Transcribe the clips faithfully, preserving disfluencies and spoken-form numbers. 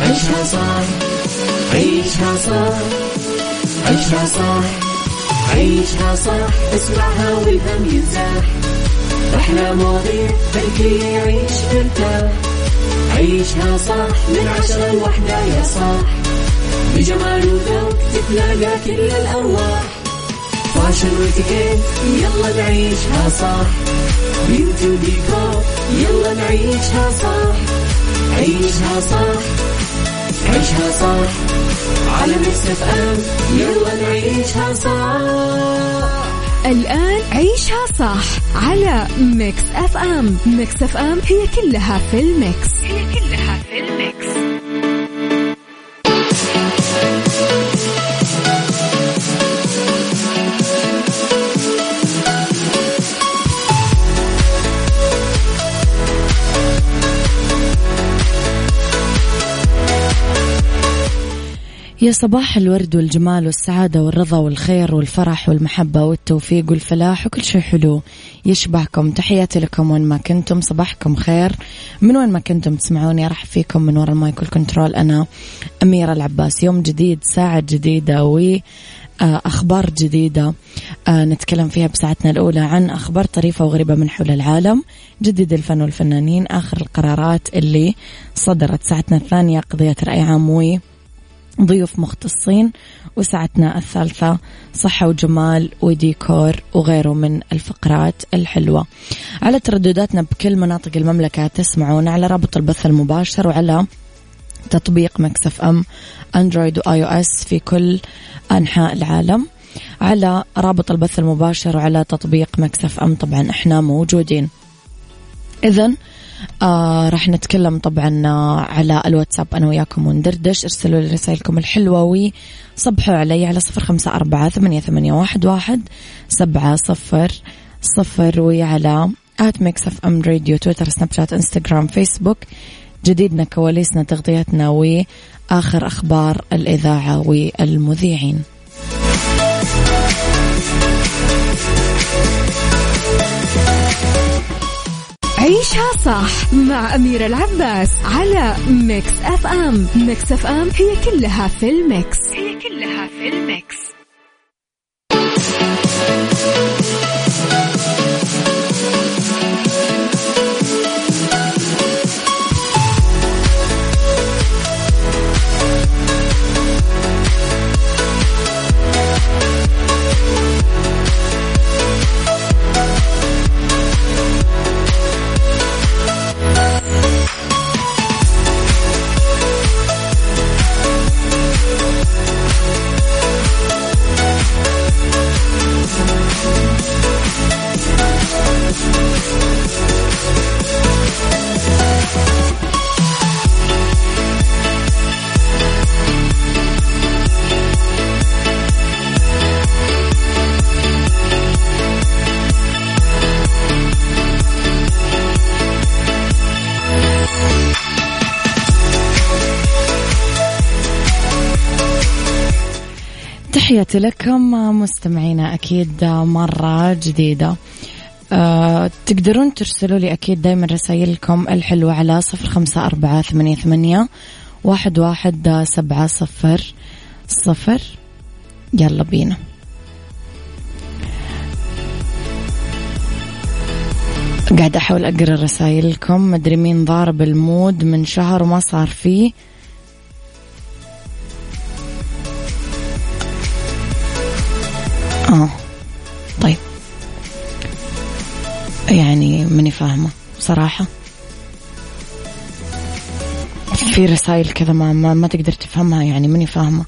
عيشها صح عيشها صح عيشها صح عيشها صح اسمعها والهم ينزاح أحلى مواضيع خلي يعيش مرتاح عيشها صح من عشرة لوحدة يا صاح بجمال وذوق تتلاقى كل الأرواح فاشل واتيكيت يلا نعيشها صح بيوتي وديكور يلا نعيشها صح عيشها صح عيشها صح على ميكس اف ام يلا نعيشها صح. الآن عيشها صح على ميكس اف ام. ميكس اف ام هي كلها في الميكس هي كلها في الميكس. يا صباح الورد والجمال والسعادة والرضا والخير والفرح والمحبة والتوفيق والفلاح وكل شيء حلو يشبهكم. تحياتي لكم وين ما كنتم، صباحكم خير من وين ما كنتم تسمعوني. راح فيكم من وراء المايك والكنترول أنا أميرة العباس. يوم جديد، ساعة جديدة وأخبار جديدة نتكلم فيها بساعتنا الأولى عن أخبار طريفة وغريبة من حول العالم، جديد الفن والفنانين، آخر القرارات اللي صدرت. ساعتنا الثانية قضية رأي عام و ضيوف مختصين، وساعتنا الثالثة صحة وجمال وديكور وغيره من الفقرات الحلوة. على تردداتنا بكل مناطق المملكة تسمعونا على رابط البث المباشر وعلى تطبيق ميكس اف ام اندرويد واي او اس في كل أنحاء العالم. على رابط البث المباشر وعلى تطبيق ميكس اف ام طبعا احنا موجودين. إذن آه راح نتكلم طبعا على الواتساب أنا وياكم وندردش. ارسلوا لي رسائلكم الحلوة وصبحوا علي على صفر خمسة أربعة ثمانية ثمانية واحد واحد سبعة صفر صفر، وعلى آت ميكس اف ام راديو، تويتر، سناب شات، انستغرام، فيسبوك. جديدنا، كواليسنا، تغطيتنا وآخر أخبار الإذاعة والمذيعين. عيشها صح مع أميرة العباس على ميكس اف ام. ميكس اف ام هي كلها في الميكس هي كلها في الميكس. تحياتي لكم مستمعينا أكيد مرة جديدة. أه تقدرون ترسلوا لي أكيد دايما رسائلكم الحلوة على صفر خمسة أربعة ثمانية ثمانية واحد واحد سبعة صفر صفر. يلا بينا. قاعد أحاول أقرأ رسائلكم. مدري مين ضارب المود من شهر وما صار فيه. آه طيب، يعني ماني فاهمة صراحة. في رسائل كذا ما, ما ما تقدر تفهمها، يعني ماني فاهمة.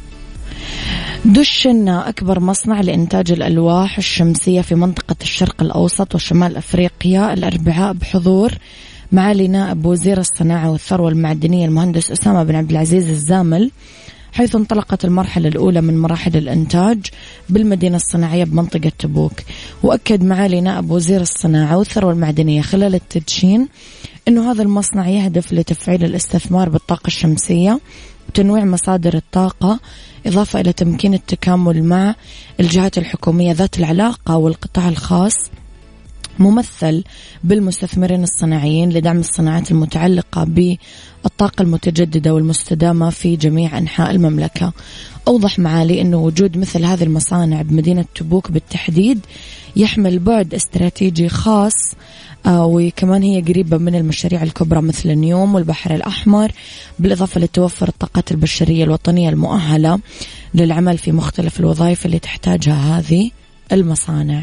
دشنا أكبر مصنع لإنتاج الألواح الشمسية في منطقة الشرق الأوسط وشمال أفريقيا الأربعاء بحضور معالي نائب وزير الصناعة والثروة المعدنية المهندس أسامة بن عبد العزيز الزامل، حيث انطلقت المرحلة الأولى من مراحل الإنتاج بالمدينة الصناعية بمنطقة تبوك. وأكد معالي نائب وزير الصناعة والثروة المعدنية خلال التدشين أنه هذا المصنع يهدف لتفعيل الاستثمار بالطاقة الشمسية وتنويع مصادر الطاقة، إضافة إلى تمكين التكامل مع الجهات الحكومية ذات العلاقة والقطاع الخاص ممثل بالمستثمرين الصناعيين لدعم الصناعات المتعلقة بالطاقة المتجددة والمستدامة في جميع أنحاء المملكة. أوضح معالي أنه وجود مثل هذه المصانع بمدينة تبوك بالتحديد يحمل بعد استراتيجي خاص، آه وكمان هي قريبة من المشاريع الكبرى مثل النيوم والبحر الأحمر، بالإضافة لتوفر الطاقات البشرية الوطنية المؤهلة للعمل في مختلف الوظائف اللي تحتاجها هذه المصانع.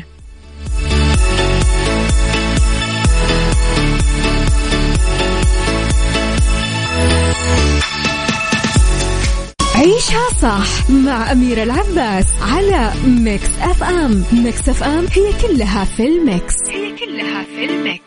عيشها صح مع أميرة العباس على ميكس أف أم. ميكس أف أم هي كلها في الميكس، هي كلها في الميكس.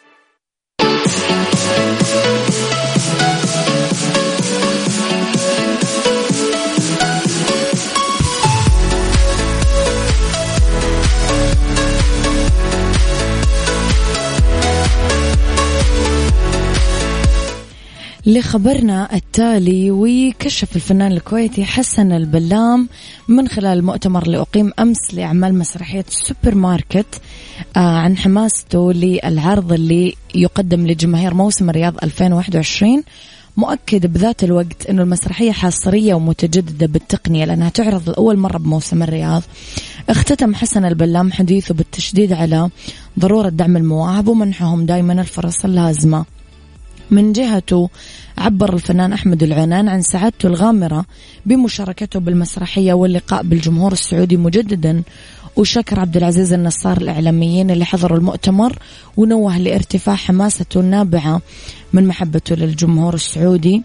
لخبرنا التالي، وكشف الفنان الكويتي حسن البلام من خلال المؤتمر اللي أقيم أمس لأعمال مسرحية السوبر ماركت عن حماسته للعرض اللي يقدم لجماهير موسم الرياض ألفين وواحد وعشرين، مؤكد بذات الوقت أنه المسرحية حصرية ومتجددة بالتقنية لأنها تعرض لأول مرة بموسم الرياض. اختتم حسن البلام حديثه بالتشديد على ضرورة دعم المواهب ومنحهم دائما الفرص اللازمة. من جهته عبر الفنان أحمد العنان عن سعادته الغامرة بمشاركته بالمسرحية واللقاء بالجمهور السعودي مجددا، وشكر عبد العزيز النصار الإعلاميين اللي حضروا المؤتمر، ونوه لارتفاع حماسته النابعة من محبته للجمهور السعودي.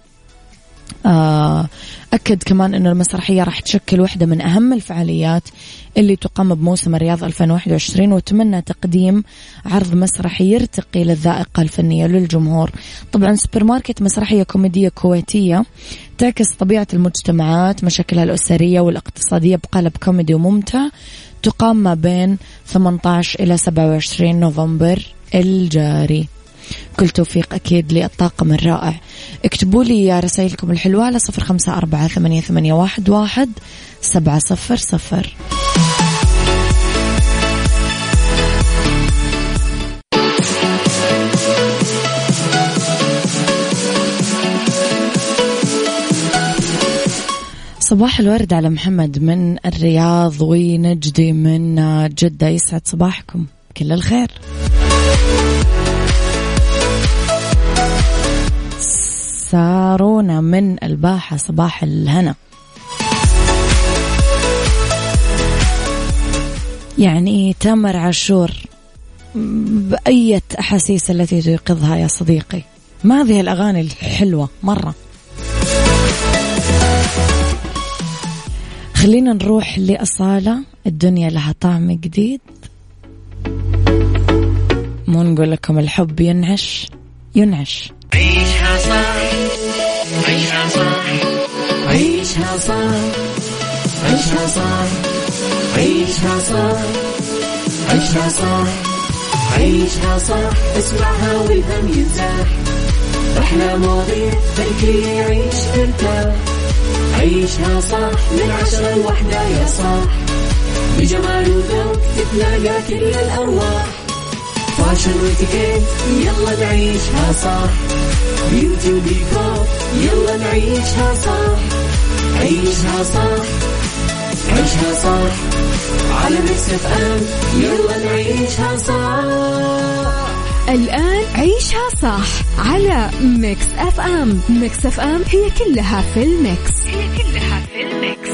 أكد كمان أن المسرحية راح تشكل واحدة من أهم الفعاليات اللي تقام بموسم الرياض ألفين وواحد وعشرين، وتمنى تقديم عرض مسرحي يرتقي للذائقة الفنية للجمهور. طبعا سوبر ماركت مسرحية كوميدية كويتية تعكس طبيعة المجتمعات، مشاكلها الأسرية والاقتصادية بقالب كوميدي وممتع، تقام ما بين ثمانية عشر إلى سبعة وعشرين نوفمبر الجاري. كل توفيق أكيد للطاقم الرائع. اكتبوا لي رسائلكم الحلوة على صفر خمسة أربعة ثمانية ثمانية واحد واحد سبعة صفر صفر. صباح الورد على محمد من الرياض ونجدي من جدة، يسعد صباحكم كل الخير. سارونا من الباحة صباح الهنا. يعني تامر عاشور بأية أحاسيس التي تيقظها يا صديقي؟ ما هذه الأغاني الحلوة مرة. خلينا نروح لأصالة، الدنيا لها طعم جديد. مو نقول لكم الحب ينعش ينعش. عيشها صح، عيشها صح، عيشها صح، عيشها صح، عيشها صح، عيشها صح، عيشها صح، اسمعها والهم ينزاح، أحلى مواضيع خلي يعيش مرتاح. عيشها صح من عشرة لوحدة يا صاح، بجمال وذوق تتلاقى كل الأرواح، فاشل واتيكيت يلا نعيشها صح، بيوتي وديكور يلا نعيشها صح. عيشها صح، عيشها صح، على ميكس اف ام يلا نعيشها صح. الآن عيشها صح على ميكس أف أم. ميكس أف أم هي كلها في الميكس، هي كلها في الميكس.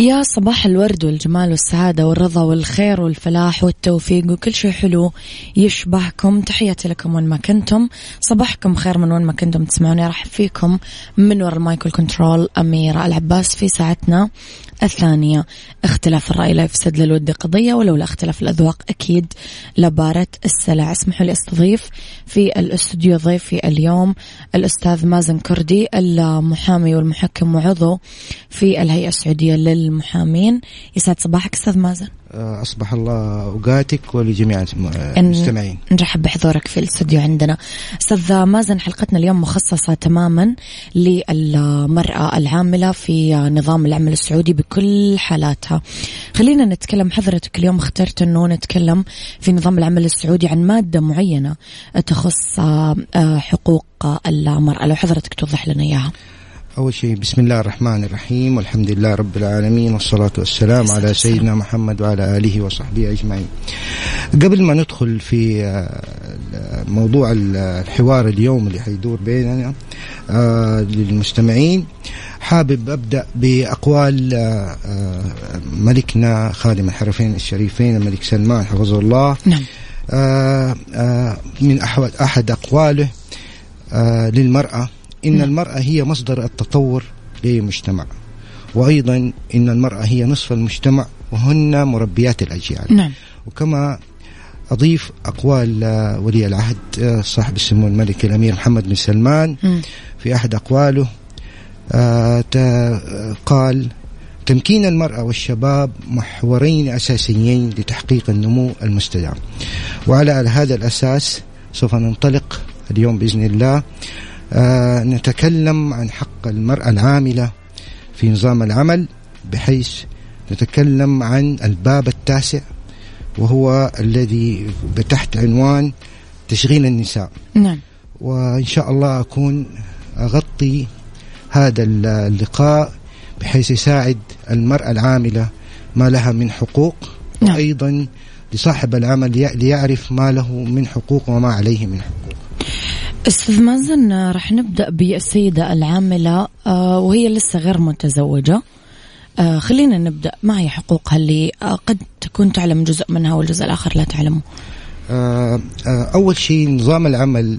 يا صباح الورد والجمال والسعادة والرضا والخير والفلاح والتوفيق وكل شيء حلو يشبهكم. تحياتي لكم وين ما كنتم، صباحكم خير من وين ما كنتم تسمعوني. راح فيكم من وراء المايك والكنترول أميرة العباس في ساعتنا الثانية. اختلاف الرأي لا يفسد للود قضية، ولولا اختلاف الأذواق أكيد لبارة السلع. اسمحوا لي أستضيف في الاستوديو ضيفي اليوم الأستاذ مازن كردي، المحامي والمحكم وعضو في الهيئة السعودية للمحامين. يسعد صباحك أستاذ مازن. أصبح الله أوقاتك ولجميع المستمعين. نرحب بحضورك في الاستوديو عندنا. أستاذ مازن، حلقتنا اليوم مخصصة تماما للمرأة العاملة في نظام العمل السعودي بكل حالاتها. خلينا نتكلم، حضرتك اليوم اخترت أنه نتكلم في نظام العمل السعودي عن مادة معينة تخص حقوق المرأة، لو حضرتك توضح لنا إياها. أول شيء بسم الله الرحمن الرحيم، والحمد لله رب العالمين، والصلاة والسلام على سيدنا محمد وعلى آله وصحبه أجمعين. قبل ما ندخل في موضوع الحوار اليوم اللي حيدور بيننا للمستمعين، حابب أبدأ بأقوال ملكنا خادم الحرمين الشريفين الملك سلمان حفظه الله. نعم. من أحد أقواله للمرأة: إن المرأة هي مصدر التطور للمجتمع، وأيضا إن المرأة هي نصف المجتمع وهن مربيات الأجيال. نعم. وكما أضيف أقوال ولي العهد صاحب السمو الملك الأمير محمد بن سلمان م. في أحد أقواله قال: تمكين المرأة والشباب محورين أساسيين لتحقيق النمو المستدام. وعلى هذا الأساس سوف ننطلق اليوم بإذن الله آه نتكلم عن حق المرأة العاملة في نظام العمل، بحيث نتكلم عن الباب التاسع، وهو الذي تحت عنوان تشغيل النساء. نعم. وإن شاء الله أكون أغطي هذا اللقاء بحيث يساعد المرأة العاملة ما لها من حقوق. نعم. وأيضا لصاحب العمل ليعرف ما له من حقوق وما عليه من حقوق. أستاذ مازن، رح نبدأ بالسيدة العاملة وهي لسه غير متزوجة. خلينا نبدأ، ما هي حقوقها اللي قد تكون تعلم جزء منها والجزء الآخر لا تعلمه؟ أول شيء نظام العمل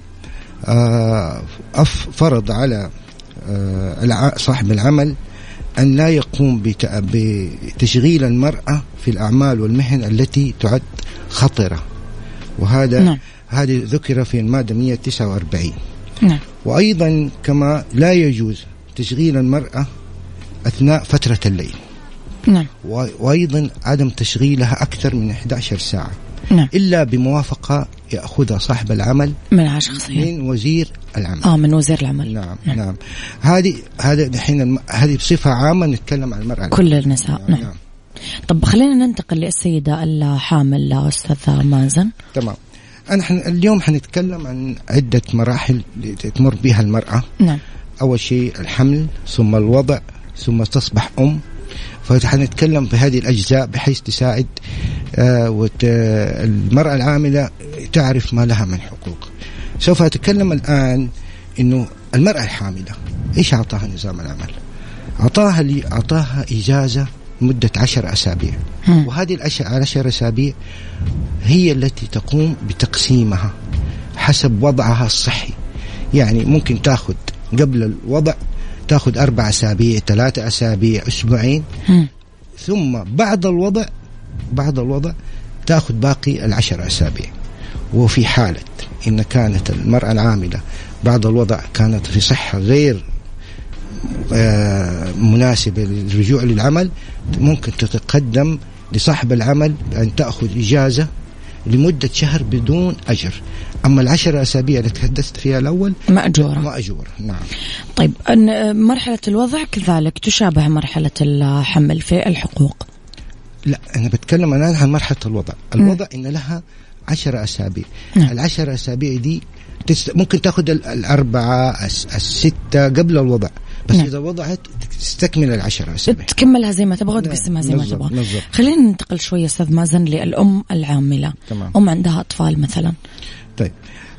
فرض على صاحب العمل أن لا يقوم بتشغيل المرأة في الأعمال والمهن التي تعد خطرة، وهذا نعم. هذه ذكر في المادة مئة وتسعة وأربعين. نعم. وأيضا كما لا يجوز تشغيل المرأة أثناء فترة الليل. نعم. وأيضا عدم تشغيلها أكثر من إحدى عشرة ساعة. نعم. إلا بموافقة يأخذها صاحب العمل من شخصيا من وزير العمل. آه من وزير العمل. نعم. نعم. نعم. هذه هذا دحين الم... هذه بصفة عامة نتكلم عن المرأة كل النساء. نعم. نعم. طب خلينا ننتقل للسيدة الحامل أستاذ مازن. تمام. أنا اليوم حنتكلم عن عدة مراحل تمر بها المرأة. نعم. أول شيء الحمل، ثم الوضع، ثم تصبح أم. فحنتكلم في هذه الأجزاء بحيث تساعد آه وت... المرأة العاملة تعرف ما لها من حقوق. سوف أتكلم الآن إنه المرأة الحاملة إيش أعطاها نظام العمل؟ أعطاها لي أعطاها إجازة مدة عشر أسابيع. م. وهذه العشر أسابيع هي التي تقوم بتقسيمها حسب وضعها الصحي. يعني ممكن تأخذ قبل الوضع تأخذ أربع أسابيع، ثلاثة أسابيع، أسبوعين. م. ثم بعد الوضع بعد الوضع تأخذ باقي العشر أسابيع. وفي حالة إن كانت المرأة العاملة بعد الوضع كانت في صحة غير مناسبة للرجوع للعمل، ممكن تتقدم لصاحب العمل بأن تأخذ إجازة لمدة شهر بدون أجر. أما العشر أسابيع اللي تحدثت فيها الأول مأجورة. مأجورة. نعم. طيب مرحلة الوضع كذلك تشابه مرحلة الحمل في الحقوق؟ لا، أنا بتكلم الآن عن مرحلة الوضع. الوضع م. إن لها عشر أسابيع. نعم. العشر أسابيع دي ممكن تأخذ الأربعة الستة قبل الوضع، بس نعم. إذا وضعت تستكمل العشر أسابيع، تكملها زي ما تبغى وتقسمها زي ما تبغى. خلينا ننتقل شوية أستاذ مازن للأم العاملة. تمام. أم عندها أطفال مثلا. طيب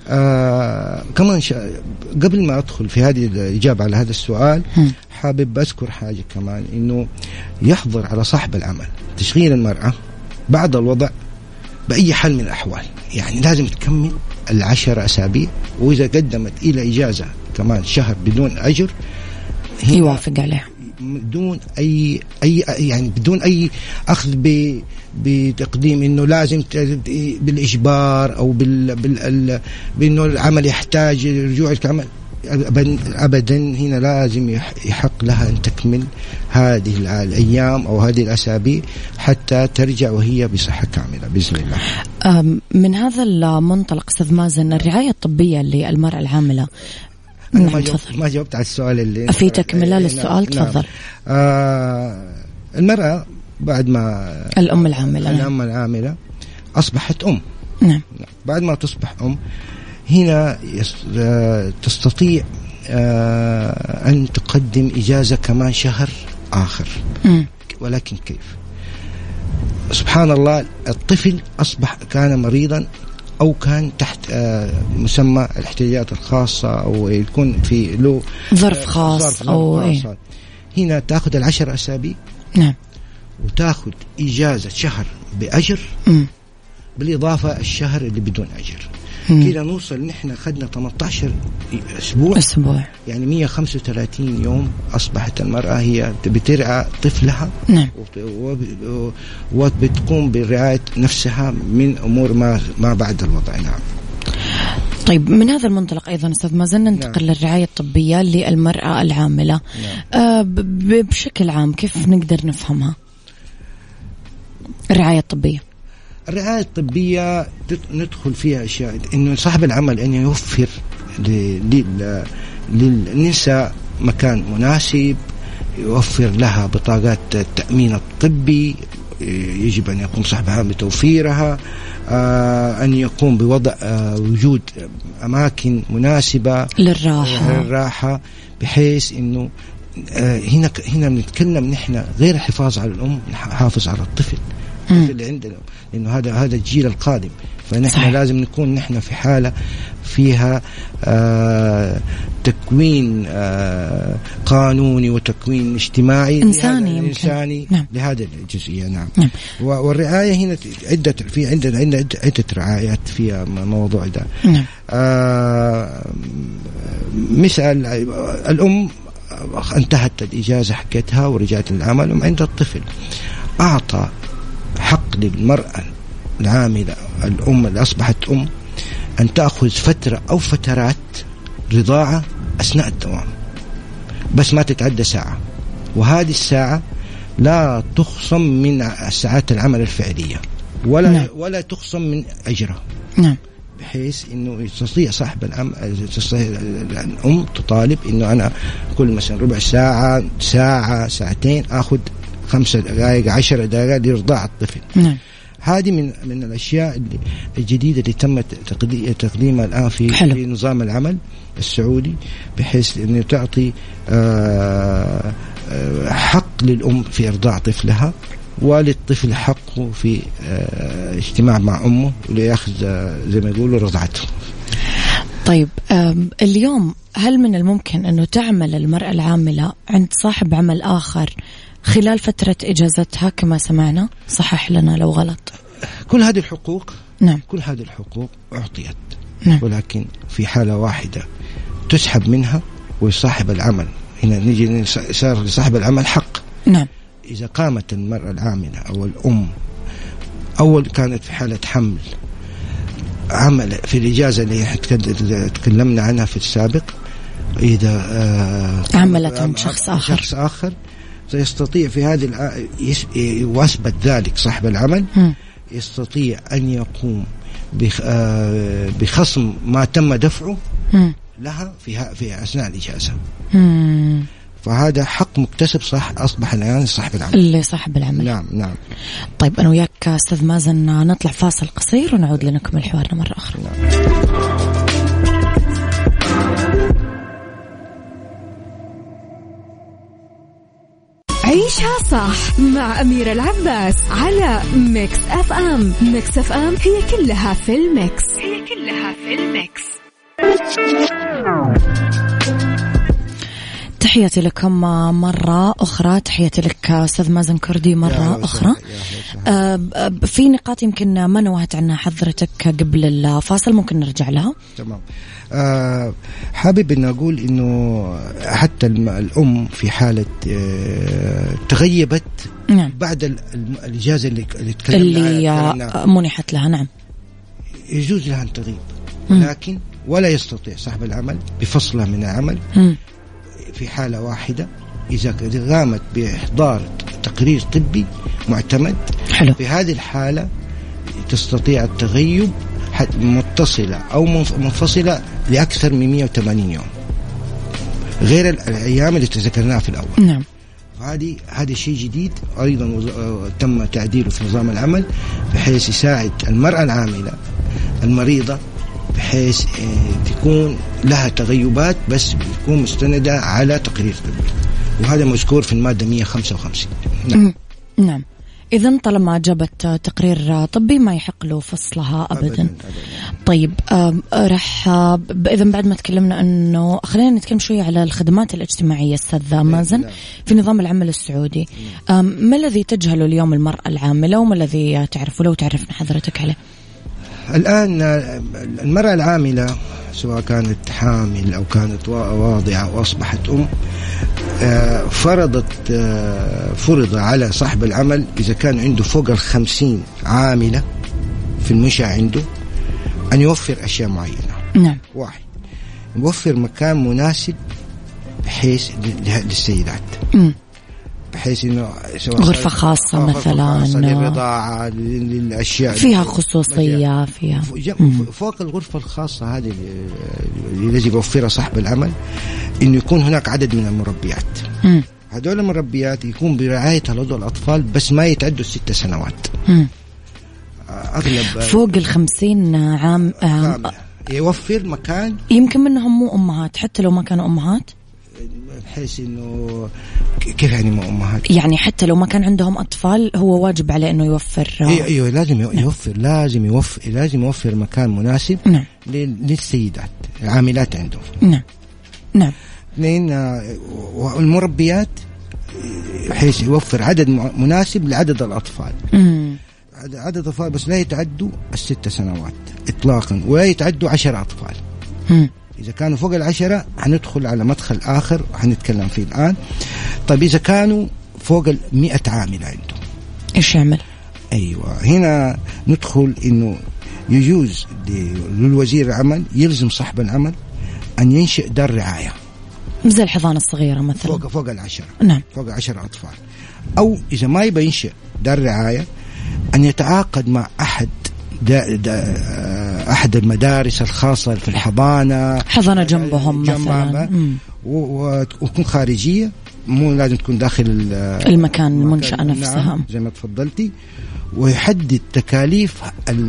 آه كمان شا... قبل ما أدخل في هذه الإجابة على هذا السؤال م. حابب أذكر حاجة كمان، إنه يحظر على صاحب العمل تشغيل المرأة بعد الوضع بأي حال من الأحوال. يعني لازم تكمل العشر أسابيع، وإذا قدمت إلى إجازة كمان شهر بدون أجر يوافق عليها بدون أي أي يعني بدون أي أخذ ب بتقديم إنه لازم بالإجبار أو بال بال بإنه العمل يحتاج رجوع العمل. أبدا، هنا لازم يحق لها أن تكمل هذه الأيام أو هذه الأسابيع حتى ترجع وهي بصحة كاملة بإذن الله. من هذا المنطلق أستاذ مازن، الرعاية الطبية للمرأة العاملة، ما, جاوب ما جاوبت على السؤال اللي في تكملة للسؤال. تفضل. نعم. آه المرأة بعد ما الأم العاملة الأم العاملة أصبحت أم. نعم. بعد ما تصبح أم هنا تستطيع أن تقدم إجازة كمان شهر آخر. م. ولكن كيف؟ سبحان الله، الطفل أصبح كان مريضا أو كان تحت مسمى الاحتياجات الخاصة أو يكون في له ظرف خاص ظرف أو إيه؟ هنا تأخذ العشر أسابيع. نعم. وتأخذ إجازة شهر بأجر. م. بالإضافة الشهر اللي بدون أجر. كده نوصل نحن خدنا ثمانية عشر أسبوع أسبوع يعني مية وخمسة وثلاثين يوم. أصبحت المرأة هي بترعى طفلها. نعم. وبتقوم برعاية نفسها من أمور ما ما بعد الوضع. نعم. طيب، من هذا المنطلق أيضا أستاذ مازن ننتقل نعم. للرعاية الطبية للمرأة العاملة. نعم. آه بشكل عام كيف نقدر نفهمها الرعاية الطبية؟ الرعاية الطبية ندخل فيها أشياء، إنه صاحب العمل أن يوفر للنساء مكان مناسب، يوفر لها بطاقات التأمين الطبي، يجب أن يقوم صاحب العمل بتوفيرها، أن يقوم بوضع وجود أماكن مناسبة للراحة للراحة بحيث إنه هنا هنا بنتكلم نحن غير الحفاظ على الأم، نحافظ على الطفل اللي عندنا، لأنه هذا هذا الجيل القادم. فنحن صحيح. لازم نكون نحن في حالة فيها آه تكوين آه قانوني وتكوين اجتماعي إنساني, إنساني نعم. لهذا الجزئية. نعم, نعم. والرعاية هنا عدة في عندنا عندنا عدة رعايات في موضوع ده. نعم. آه مثال الأم انتهت الإجازة حقتها ورجعت للعمل وعند الطفل، أعطى حق للمرأة العاملة الأم اللي أصبحت أم أن تأخذ فترة أو فترات رضاعة أثناء الدوام، بس ما تتعدى ساعة، وهذه الساعة لا تخصم من ساعات العمل الفعلية ولا نعم. ولا تخصم من أجرها. نعم. بحيث إنه يستطيع صاحب الأم الأم تطالب إنه أنا كل مثلا ربع ساعة ساعة ساعتين أخذ خمسة دقائق عشر دقائق لإرضاع الطفل. نعم. هذه من من الأشياء الجديدة اللي تم تقديمها الآن في, في نظام العمل السعودي، بحيث إنه تعطي حق للأم في إرضاع طفلها، وللطفل حقه في اجتماع مع أمه ليأخذ زي ما يقولوا رضعته. طيب، اليوم هل من الممكن أنه تعمل المرأة العاملة عند صاحب عمل آخر خلال فترة إجازتها كما سمعنا؟ صحح لنا لو غلط. كل هذه الحقوق نعم. كل هذه الحقوق أعطيت. نعم. ولكن في حالة واحدة تسحب منها وصاحب العمل، هنا نيجي صار لصاحب العمل حق. نعم. إذا قامت المرأة العاملة أو الأم أول كانت في حالة حمل، عمل في الإجازة اللي تكلمنا عنها في السابق، إذا آه عملت عند شخص آخر شخص آخر سيستطيع في هذه وأثبت ذلك صاحب العمل م. يستطيع أن يقوم بخصم ما تم دفعه م. لها في في أثناء الإجازة. م. فهذا حق مكتسب صح أصبح الآن صاحب العمل اللي صاحب العمل. نعم نعم. طيب أنا وياك أستاذ مازن نطلع فاصل قصير ونعود لنكمل حوارنا مرة أخرى. نعم. عيش عيشها صح مع أميرة العباس على ميكس أف أم. ميكس أف أم هي كلها في الميكس، هي كلها في الميكس. تحياتي لكم مرة أخرى، تحياتي لك أستاذ مازن كردي مرة أخرى. آه في نقاط يمكن ما نوهت عنها حضرتك قبل الفاصل، ممكن نرجع لها. تمام. آه حابب أن أقول إنه حتى الأم في حالة آه تغيبت نعم. بعد الإجازة اللي اللي, اللي منحت لها، نعم يجوز لها أن تغيب، لكن ولا يستطيع صاحب العمل بفصلها من العمل م. في حالة واحدة إذا قامت بإحضار تقرير طبي معتمد. حلو. في هذه الحالة تستطيع التغيب متصلة أو منفصلة لأكثر من مئة وثمانين يوم، غير الأيام اللي تذكرناها في الأول. نعم. هذه هذا شيء جديد أيضا تم تعديله في نظام العمل بحيث يساعد المرأة العاملة المريضة بحيث تكون لها تغيبات بس تكون مستندة على تقرير طبي، وهذا مذكور في المادة مئة وخمسة وخمسين. نعم. نعم. إذن طالما جابت تقرير طبي ما يحق له فصلها أبدا, أبداً. أبداً. طيب راح إذن بعد ما تكلمنا أنه خلينا نتكلم شوية على الخدمات الاجتماعية أستاذ مازن في نظام العمل السعودي. ما الذي تجهله اليوم المرأة العاملة وما الذي تعرفه لو تعرفنا حضرتك عليه؟ الآن المرأة العاملة سواء كانت حامل أو كانت واضعة وأصبحت أم، فرضت فرض على صاحب العمل إذا كان عنده فوق الخمسين عاملة في المنشأة عنده أن يوفر أشياء معينة. نعم. واحد، يوفر مكان مناسب بحيث للسيدات م. بحيث إنه غرفة خاصة مثلا للرضاعة للأشياء فيها خصوصية فيها فوق الغرفة الخاصة هذه اللي يجب يوفرها صاحب العمل، إنه يكون هناك عدد من المربيات. م. هذول المربيات يكون برعاية هذول الأطفال بس ما يتعدوا ست سنوات. م. أغلب فوق الخمسين عام, عام يوفر مكان، يمكن منهم مو أمهات حتى لو ما كانوا أمهات، بحيث إنه كيف يعني مو أمهات، يعني حتى لو ما كان عندهم أطفال هو واجب عليه إنه يوفر. أيوة, أيوة لازم يوفر. نعم. لازم يوفر لازم يوفر مكان مناسب. نعم. للسيدات العاملات عندهم. نعم. نعم. اثنين، والمربيات بحيث يوفر عدد مناسب لعدد الأطفال. مم. عدد الأطفال بس لا يتعدوا الست سنوات إطلاقا، ولا يتعدوا عشر أطفال. مم. إذا كانوا فوق العشرة هندخل على مدخل آخر هنتكلم فيه الآن. طيب إذا كانوا فوق المئة عاملة عندهم إيش يعمل؟ أيوة هنا ندخل إنه يجوز للوزير العمل يلزم صاحب العمل أن ينشئ دار رعاية زي الحضانة الصغيرة مثلا فوق فوق العشرة. نعم. فوق عشرة أطفال. أو إذا ما يبغى ينشئ دار رعاية أن يتعاقد مع أحد دا دا أحد المدارس الخاصة في الحضانة، حضانة جنبهم مثلا، وتكون خارجية مو لازم تكون داخل المكان المنشأة نفسها. نعم زي ما تفضلتي. ويحدد تكاليف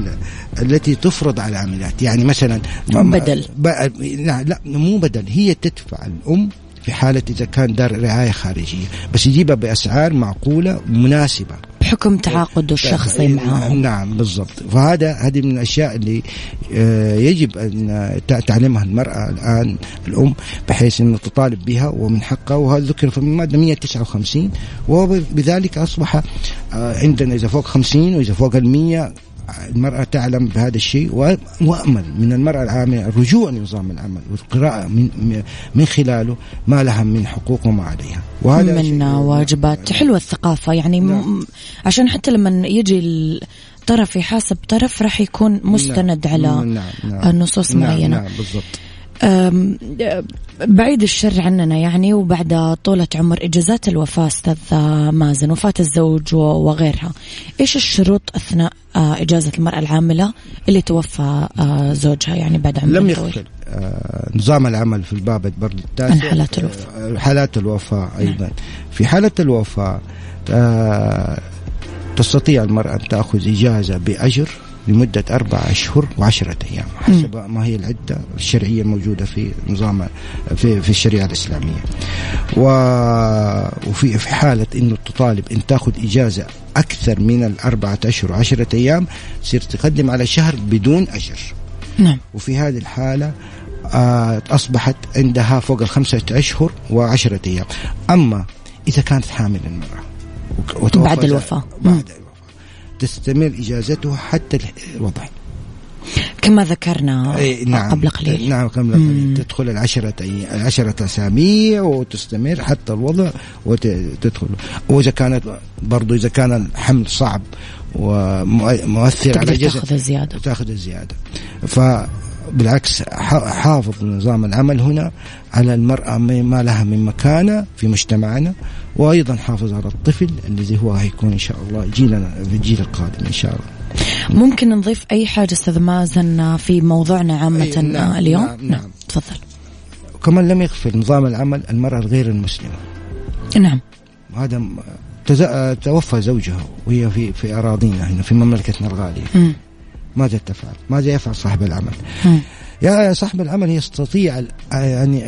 التي تفرض على العاملات، يعني مثلا بدل لا لا مو بدل، هي تدفع الأم في حالة إذا كان دار رعاية خارجية بس يجيبها بأسعار معقولة مناسبة بحكم تعاقده الشخصي معهم. نعم بالضبط. فهذا هذه من الأشياء اللي يجب أن تعلمها المرأة الآن الأم بحيث أن تطالب بها ومن حقها، وهذا ذكر في المادة مئة وتسعة وخمسين. وبذلك أصبح عندنا إذا فوق خمسين وإذا فوق المية المرأة تعلم بهذا الشيء، وأمل من المرأة العاملة الرجوع لنظام العمل والقراءة من من خلاله ما لها من حقوق وما عليها، وهذا من واجبات. حلوة الثقافة يعني. نعم. عشان حتى لما يجي الطرف يحاسب طرف راح يكون مستند. نعم. على نعم. نعم. نصوص نعم. معينة. نعم بالضبط. بعيد الشر عننا يعني، وبعد طولة عمر إجازات الوفاة أستاذ مازن، وفاة الزوج وغيرها، إيش الشروط أثناء إجازة المرأة العاملة اللي توفى زوجها يعني بعد عمر لم طويل؟ يخفل نظام العمل في الباب البرد التاسع عن حالات الوفاة. حالات الوفاة أيضا. نعم. في حالة الوفاة تستطيع المرأة أن تأخذ إجازة بأجر لمدة أربعة أشهر وعشرة أيام حسب ما هي العدة الشرعية الموجودة في نظام في في الشريعة الإسلامية. وفي في حالة إنه تطالب إن تأخذ إجازة أكثر من الأربعة أشهر وعشرة أيام تصير تقدم على شهر بدون أجر. نعم. وفي هذه الحالة آه أصبحت عندها فوق الخمسة أشهر وعشرة أيام. أما إذا كانت حامل المرأة بعد الوفاة بعد الوفاة تستمر إجازتها حتى الوضع كما ذكرنا نعم قبل قليل. نعم قبل قليل تدخل العشرة العشرة أسابيع وتستمر حتى الوضع وتدخل. وإذا كانت برضو إذا كان الحمل صعب ومؤثر على الجسد تأخذ الزيادة تأخذ الزيادة. فبالعكس حافظ نظام العمل هنا على المرأة ما لها من مكانة في مجتمعنا، وأيضا حافظ على الطفل الذي هو هيكون إن شاء الله جيلنا في الجيل القادم إن شاء الله. ممكن نضيف أي حاجة أستاذ مازن في موضوعنا عامة نعم اليوم؟ نعم, نعم. نعم. تفضل. كمان لم يغفل نظام العمل المرأة الغير المسلمة. نعم. هذا توفى زوجها وهي في في أراضينا هنا في مملكتنا الغالية. م. ماذا تفعل؟ ماذا يفعل صاحب العمل؟ م. يا صاحب العمل يستطيع يعني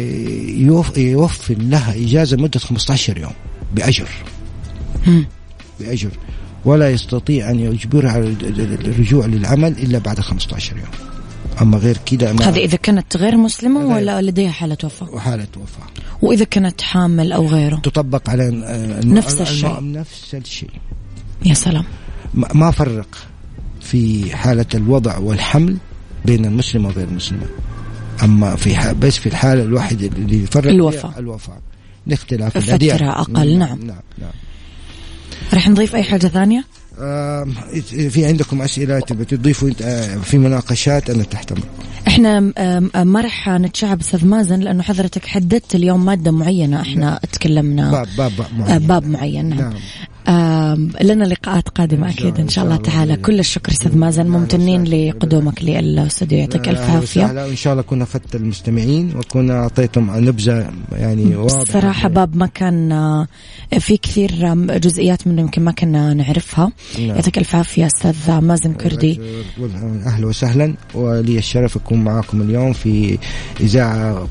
يوفر لها إجازة مدة خمسة عشر يوم بأجر. م. بأجر، ولا يستطيع أن يجبرها على الرجوع للعمل إلا بعد خمسة عشر يوم. أما غير كده هذا إذا كانت غير مسلمة غير ولا لديها حالة وفاة؟ وحالة وفاة. وإذا كانت حامل أو غيره تطبق على نفس الشيء. نفس الشيء. يا سلام. ما فرق في حالة الوضع والحمل بين المسلم وغير المسلمة. أما في بس في الحالة الواحدة اللي يفرق الوفاة الوفاة لاختلاف الأديان. فترة أقل. نعم. نعم. نعم. رح نضيف أي حاجة ثانية؟ آه في عندكم أسئلة تبي تضيفوا في مناقشات أنا تحت أمرك. إحنا ما رح نتشعب أستاذ مازن لأنه حضرتك حددت اليوم مادة معينة. إحنا نعم. تكلمنا باب باب, باب معين. باب معين. نعم. نعم. لنا لقاءات قادمة أكيد إن شاء الله تعالى. كل الشكر أستاذ مازن، ممتنين لقدومك للاستوديو، يعطيك الف عافية. وإن شاء الله كنا فدت المستمعين وكنا أعطيتم نبذة يعني واضحة. صراحة باب ما كان في كثير جزئيات منه يمكن ما كنا نعرفها. نعم. يعطيك الف عافية أستاذ مازن كردي. أهلا وسهلا، ولي الشرف أكون معكم اليوم في إذاعة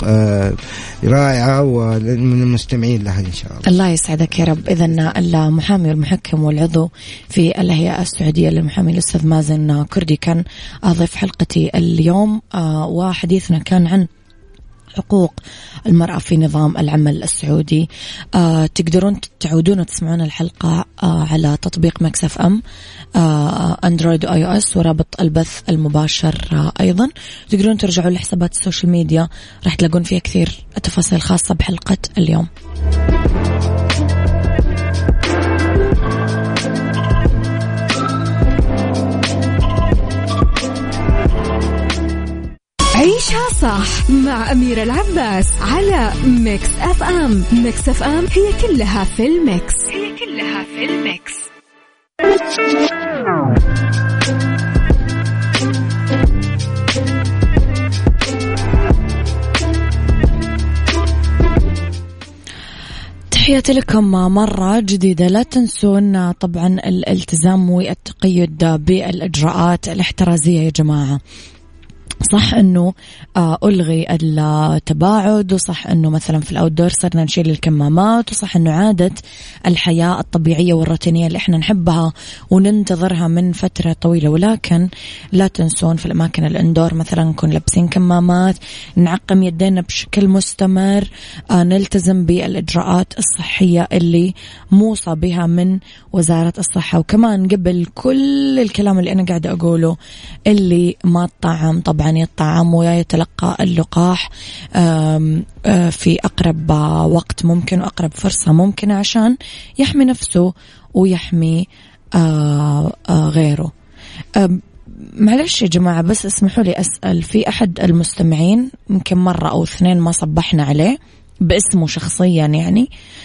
رائعة ومن المستمعين لها إن شاء الله. الله يسعدك يا رب. إذن المحامي والمحكم والعضو في الهيئة السعودية للمحامين الأستاذ مازن كردي كان ضيف حلقتي اليوم، وحديثنا كان عن حقوق المرأة في نظام العمل السعودي. آه تقدرون تعودون وتسمعون الحلقة آه على تطبيق مكس اف ام آه اندرويد واي او اس، ورابط البث المباشر آه ايضا. تقدرون ترجعوا لحسابات السوشيال ميديا، راح تلاقون فيها كثير تفاصيل خاصة بحلقة اليوم. عيشها صح مع أميرة العباس على ميكس أف أم. ميكس أف أم هي كلها في الميكس. هي كلها في الميكس. تحياتي لكم مرة جديدة. لا تنسون طبعا الالتزام والتقيد بالإجراءات الاحترازية يا جماعة. صح أنه ألغي التباعد، وصح أنه مثلا في الأوتدور صرنا نشيل الكمامات، وصح أنه عادت الحياة الطبيعية والروتينية اللي إحنا نحبها وننتظرها من فترة طويلة. ولكن لا تنسون في الأماكن الأندور مثلا نكون لابسين كمامات، نعقم يدينا بشكل مستمر، نلتزم بالإجراءات الصحية اللي موصى بها من وزارة الصحة. وكمان قبل كل الكلام اللي أنا قاعدة أقوله، اللي ما طعم طبعا يطعم ويتلقى اللقاح في أقرب وقت ممكن وأقرب فرصة ممكنة عشان يحمي نفسه ويحمي غيره. معلش يا جماعة بس اسمحوا لي أسأل، في أحد المستمعين يمكن مرة أو اثنين ما صبحنا عليه باسمه شخصيا يعني،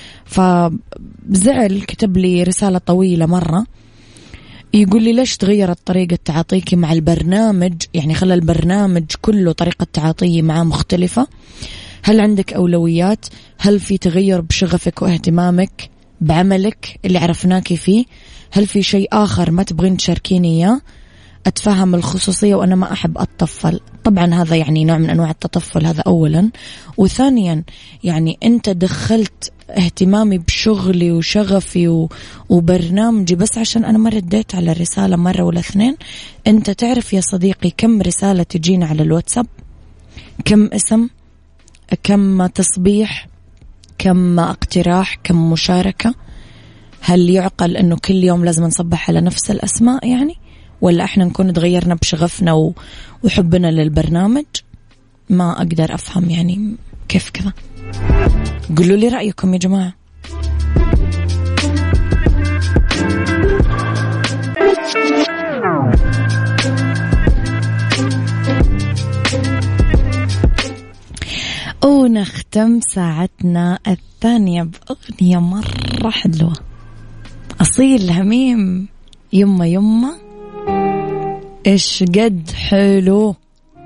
فزعل كتب لي رسالة طويلة مرة يقول لي ليش تغيرت طريقة تعاطيك مع البرنامج، يعني خلى البرنامج كله طريقة تعاطيه معاه مختلفة. هل عندك أولويات؟ هل في تغير بشغفك واهتمامك بعملك اللي عرفناك فيه؟ هل في شيء آخر ما تبغين تشاركيني إياه؟ أتفهم الخصوصية وأنا ما أحب أتطفل. طبعا هذا يعني نوع من أنواع التطفل، هذا أولا. وثانيا يعني أنت دخلت اهتمامي بشغلي وشغفي وبرنامجي بس عشان أنا ما رديت على الرسالة مرة ولا اثنين. أنت تعرف يا صديقي كم رسالة تجينا على الواتساب، كم اسم، كم تصبيح، كم اقتراح، كم مشاركة؟ هل يعقل أنه كل يوم لازم نصبح على نفس الأسماء يعني؟ ولا احنا نكون تغيرنا بشغفنا وحبنا للبرنامج؟ ما أقدر أفهم يعني كيف كذا. قولوا لي رأيكم يا جماعة. ونختم ساعتنا الثانية بأغنية مرة حلوة، أصيل هميم، يما يما إيش قد حلو.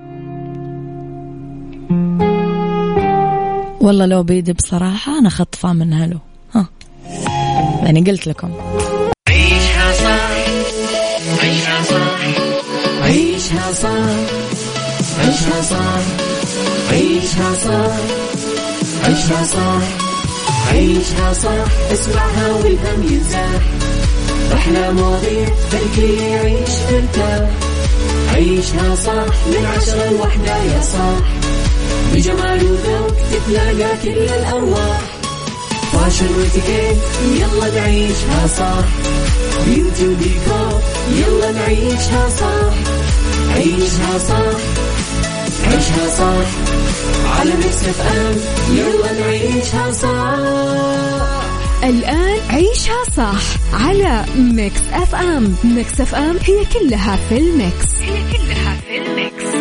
والله لو بيدي بصراحة أنا خطفة من هلو. ها يعني قلت لكم عيشها صح، عيشها صح، عيشها صح، عيشها صح، عيشها صح، عيشها صح، عيشها صح، اسمعها والهم ينزاح، أحلى مواضيع خلي يعيش مرتاح، عيشها صح من عشرة لوحدة يا صاح، بجمال وذوق تتلاقى كل الأرواح، فاشل واتيكيت يلا نعيشها صح، بيوتي وديكور يلا نعيشها صح، عيشها صح، عيشها صح، على ميكس اف ام يلا نعيشها صح. الآن عيشها صح على ميكس اف ام. ميكس اف ام هي كلها في الميكس، هي كلها في الميكس.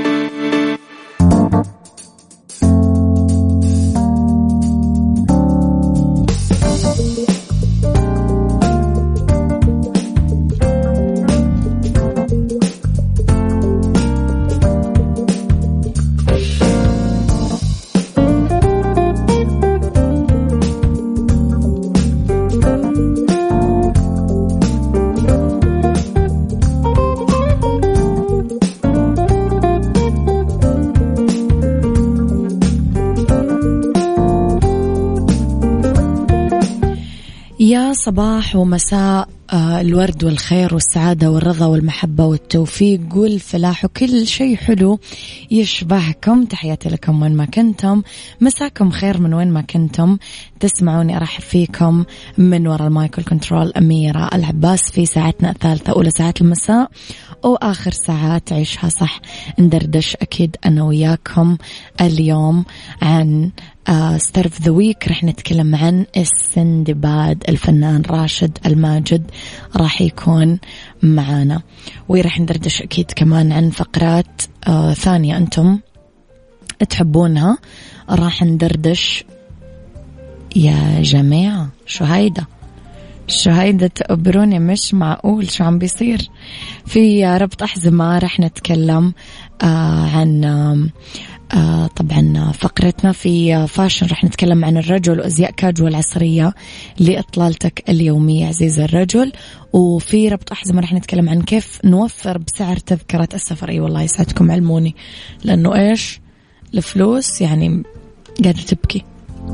يا صباح ومساء الورد والخير والسعادة والرضا والمحبة والتوفيق والفلاح وكل شيء حلو يشبهكم. تحياتي لكم وين ما كنتم، مساكم خير من وين ما كنتم تسمعوني. أرحب فيكم من وراء المايكل كنترول أميرة العباس في ساعتنا الثالثة، أولى ساعات المساء وآخر ساعات عيشها صح. ندردش أكيد أنا وياكم اليوم عن ستار اوف ذا ويك. رح نتكلم عن السندباد. الفنان راشد الماجد راح يكون معانا، ورح ندردش أكيد كمان عن فقرات آه ثانية أنتم تحبونها. راح ندردش يا جماعة شو هيدا شو هيدا تقبروني، مش معقول شو عم بيصير في ربط أحزمة. رح نتكلم آه عن آه آه طبعا فقرتنا في فاشن رح نتكلم عن الرجل وأزياء كاجوال عصرية لإطلالتك اليومية عزيز الرجل. وفي ربط أحزمة رح نتكلم عن كيف نوفر بسعر تذكرة السفر. أي والله يسعدكم علموني، لأنه إيش الفلوس يعني قاعدة تبكي.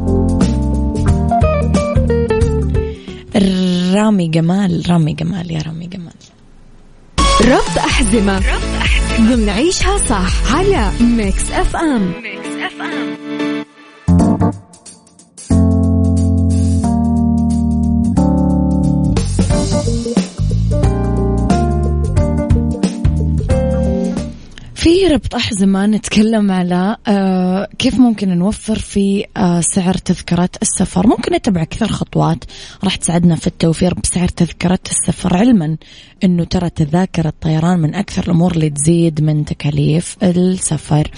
رامي جمال رامي جمال يا رامي جمال. ربط أحزمة ضمن عيشها صح على ميكس اف ام. ميكس اف ام. في ربط أحزمة نتكلم على آه كيف ممكن نوفر في آه سعر تذكرة السفر. ممكن نتبع كثير خطوات راح تساعدنا في التوفير بسعر تذكرة السفر، علما أنه ترى تذاكر الطيران من أكثر الأمور اللي تزيد من تكاليف السفر.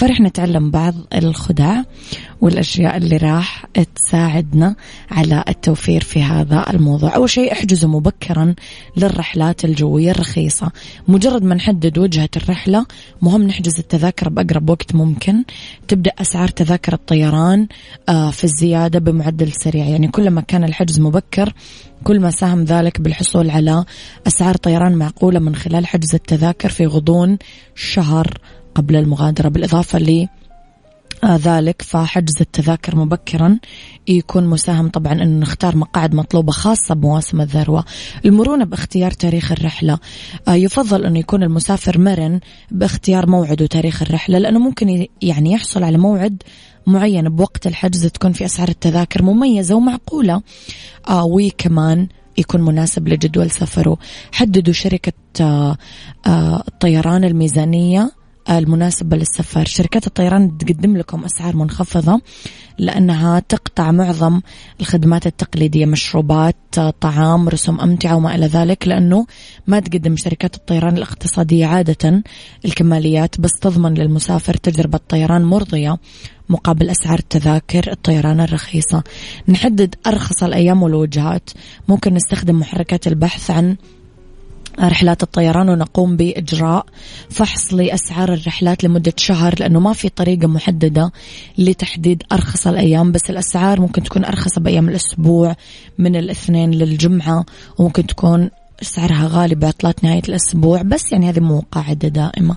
فرح نتعلم بعض الخدع والأشياء اللي راح تساعدنا على التوفير في هذا الموضوع. أول شيء احجزوا مبكرا للرحلات الجوية الرخيصة. مجرد ما نحدد وجهة الرحلة مهم نحجز التذاكر بأقرب وقت ممكن. تبدأ أسعار تذاكر الطيران في الزيادة بمعدل سريع، يعني كلما كان الحجز مبكر كل ما ساهم ذلك بالحصول على أسعار طيران معقولة من خلال حجز التذاكر في غضون شهر قبل المغادرة. بالإضافة ل ذلك فحجز التذاكر مبكرا يكون مساهم طبعا أن نختار مقاعد مطلوبة خاصة بمواسم الذروة. المرونة باختيار تاريخ الرحلة، يفضل أن يكون المسافر مرن باختيار موعد وتاريخ الرحلة، لأنه ممكن يعني يحصل على موعد معين بوقت الحجز تكون في أسعار التذاكر مميزة ومعقولة، آه وكمان يكون مناسب لجدول سفره. حددوا شركة آه آه الطيران الميزانية المناسبة للسفر. شركات الطيران تقدم لكم أسعار منخفضة لأنها تقطع معظم الخدمات التقليدية، مشروبات، طعام، رسوم أمتعة وما إلى ذلك، لأنه ما تقدم شركات الطيران الاقتصادية عادة الكماليات، بس تضمن للمسافر تجربة طيران مرضية مقابل أسعار التذاكر الطيران الرخيصة. نحدد أرخص الأيام والوجهات. ممكن نستخدم محركات البحث عن رحلات الطيران ونقوم بإجراء فحص لأسعار الرحلات لمدة شهر، لأنه ما في طريقة محددة لتحديد أرخص الأيام، بس الأسعار ممكن تكون أرخص بأيام الأسبوع من الاثنين للجمعة، وممكن تكون سعرها غالي بعطلات نهاية الأسبوع، بس يعني هذه مو قاعدة دائمة.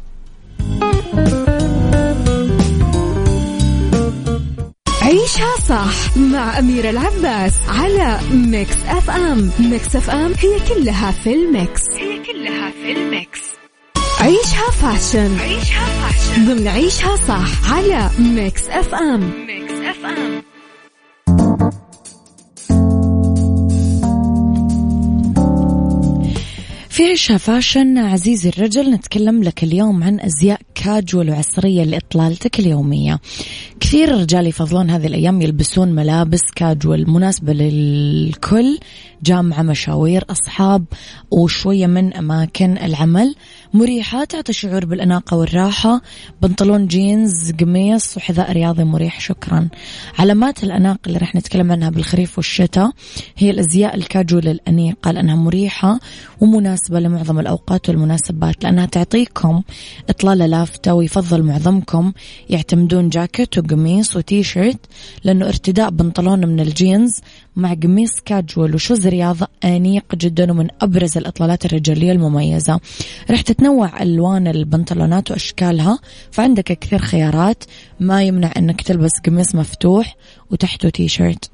عيشها صح مع أميرة العباس على ميكس أف أم. ميكس أف أم هي كلها في الميكس، هي كلها في الميكس. عيشها فاشن، عيشها فاشن ضمن عيشها صح على ميكس أف أم. ميكس أف أم. في عيشها فاشن عزيزي الرجل نتكلم لك اليوم عن أزياء كاجوال وعصرية لإطلالتك اليومية. كثير رجال يفضلون هذه الأيام يلبسون ملابس كاجوال مناسبة للكل، جامعة، مشاوير، أصحاب، وشوية من أماكن العمل، مريحة تعطي شعور بالأناقة والراحة. بنطلون جينز، قميص، وحذاء رياضي مريح. شكرا. علامات الأناقة اللي رح نتكلم عنها بالخريف والشتاء هي الأزياء الكاجوال الأنيقة، لأنها مريحة ومناسبة لمعظم الأوقات والمناسبات، لأنها تعطيكم إطلالة لافتة. ويفضل معظمكم يعتمدون جاكيت وقميص وتي شيرت، لأنه ارتداء بنطلون من الجينز مع قميص كاجوال وشوز رياضة أنيق جدا ومن أبرز الإطلالات الرجالية المميزة. رح تتنوع ألوان البنطلونات وأشكالها، فعندك كثير خيارات، ما يمنع أنك تلبس قميص مفتوح وتحته تي شيرت.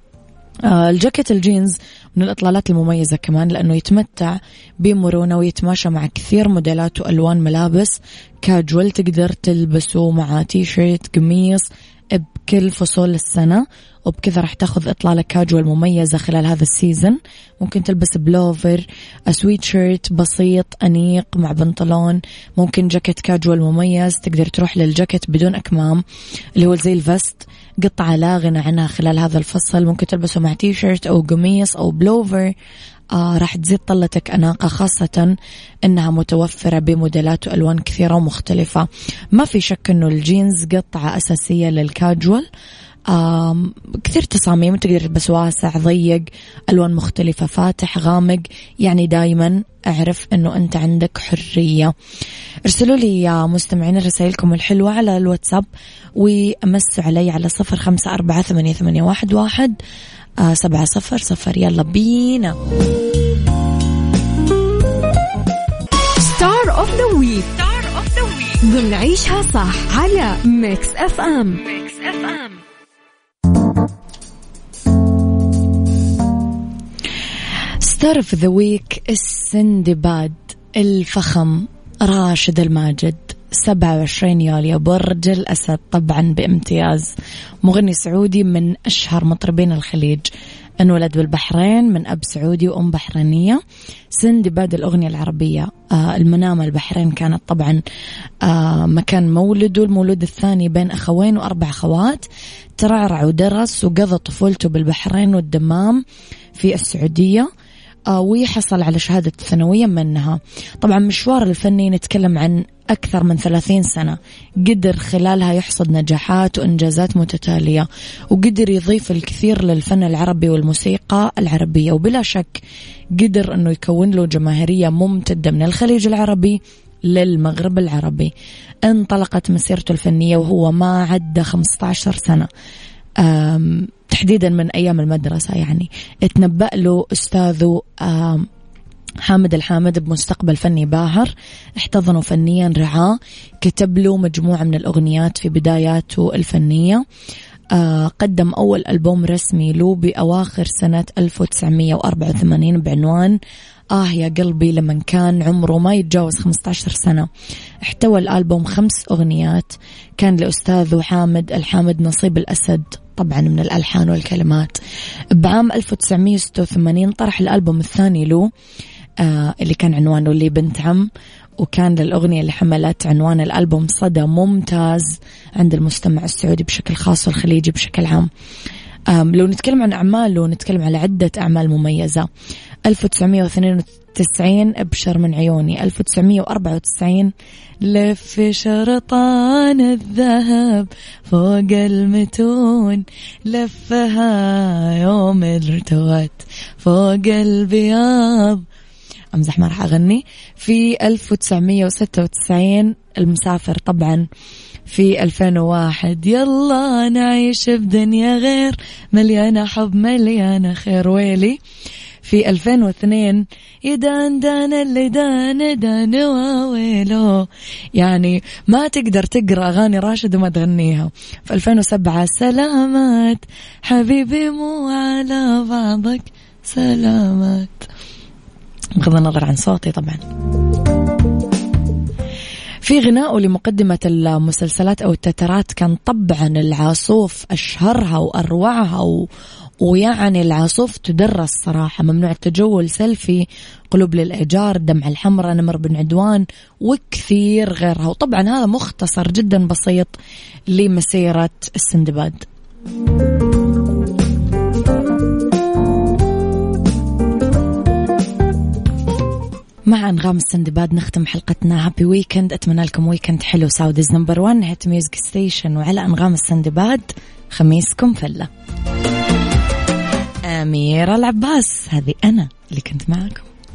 آه الجاكيت الجينز من الإطلالات المميزة كمان، لأنه يتمتع بمرونة ويتماشى مع كثير موديلات وألوان ملابس كاجوال، تقدر تلبسه مع تي شيرت، قميص، بكل فصول السنة، وبكذا راح تاخذ إطلالة كاجوال مميزة خلال هذا السيزن. ممكن تلبس بلوفر، سويت شيرت بسيط أنيق مع بنطلون، ممكن جاكيت كاجوال مميز، تقدر تروح للجاكيت بدون أكمام اللي هو زي الفست، قطعة لا غنى عنها خلال هذا الفصل، ممكن تلبسه مع تي شيرت أو قميص أو بلوفر. آه راح تزيد طلتك أناقة، خاصة أنها متوفرة بموديلات وألوان كثيرة ومختلفة. ما في شك أنه الجينز قطعة أساسية للكاجوال. آم كثير تصاميم، تقدر تلبس واسع، ضيق، ألوان مختلفة، فاتح، غامق، يعني دايما أعرف أنه أنت عندك حرية. ارسلوا لي يا مستمعين رسائلكم الحلوة على الواتساب وأمسوا علي على صفر خمسة أربعة ثمانية ثمانية واحد واحد آه سبعة صفر صفر. يلا بينا. ستار اوف ذا ويك، ستار اوف ذا ويك ضمن عيشها صح على ميكس اف ام. ميكس اف ام. ستار اوف ذا ويك السندباد الفخم راشد الماجد، سبعة وعشرين يوليو، برج الأسد طبعا بامتياز. مغني سعودي من أشهر مطربين الخليج، انولد بالبحرين من أب سعودي وأم بحرينية. سندباد الأغنية العربية. آه المنامة البحرين كانت طبعا آه مكان مولده، المولود الثاني بين أخوين وأربع أخوات. ترعرع ودرس وقضى طفولته بالبحرين والدمام في السعودية. ويحصل على شهادة الثانوية منها. طبعا مشوار الفني نتكلم عن أكثر من ثلاثين سنة، قدر خلالها يحصد نجاحات وإنجازات متتالية، وقدر يضيف الكثير للفن العربي والموسيقى العربية، وبلا شك قدر أنه يكون له جماهيرية ممتدة من الخليج العربي للمغرب العربي. انطلقت مسيرته الفنية وهو ما عدى خمسة عشر سنة، تحديدا من أيام المدرسة. يعني اتنبأ له أستاذه حامد الحامد بمستقبل فني باهر، احتضنه فنيا، رعاه، كتب له مجموعة من الأغنيات في بداياته الفنية. آه قدم أول ألبوم رسمي له بأواخر سنة ألف وتسعمية وأربعة وثمانين بعنوان آه يا قلبي لمن كان عمره ما يتجاوز خمسة عشر سنة. احتوى الألبوم خمس أغنيات، كان لأستاذه حامد الحامد نصيب الأسد طبعا من الألحان والكلمات. بعام ألف وتسعمية وستة وثمانين طرح الألبوم الثاني له آه اللي كان عنوانه اللي بنت عم، وكان للأغنية اللي حملت عنوان الألبوم صدى ممتاز عند المستمع السعودي بشكل خاص والخليجي بشكل عام. لو نتكلم عن أعماله نتكلم على عدة أعمال مميزة. ألف وتسعمية واثنين وتسعين أبشر من عيوني، ألف وتسعمية وأربعة وتسعين لف شرطان الذهب فوق المتون لفها يوم ارتوت فوق البياض. أمزح ما راح أغني. في ألف وتسعمية وستة وتسعين المسافر طبعا. في ألفين وواحد يلا نعيش بدنيا غير مليانة حب مليانة خير ويلي. في ألفين واثنين يدان دان اللي دان دان وويلو، يعني ما تقدر تقرأ أغاني راشد وما تغنيها. في ألفين وسبعة سلامات حبيبي مو على بعضك سلامات، بغض النظر عن صوتي طبعا. في غناءه لمقدمة المسلسلات أو التترات كان طبعا العاصوف أشهرها وأروعها و... ويعني العاصوف تدرس صراحة. ممنوع التجول، سيلفي، قلوب للإيجار، دمع الحمراء، نمر بن عدوان، وكثير غيرها. وطبعا هذا مختصر جدا بسيط لمسيرة السندباد. مع أنغام السندباد نختم حلقتنا. هابي ويكند، أتمنى لكم ويكند حلو. ساودز نمبر وان هيت ميوزك ستيشن، وعلى أنغام السندباد خميسكم فلة. أميرة العباس، هذه أنا اللي كنت معكم.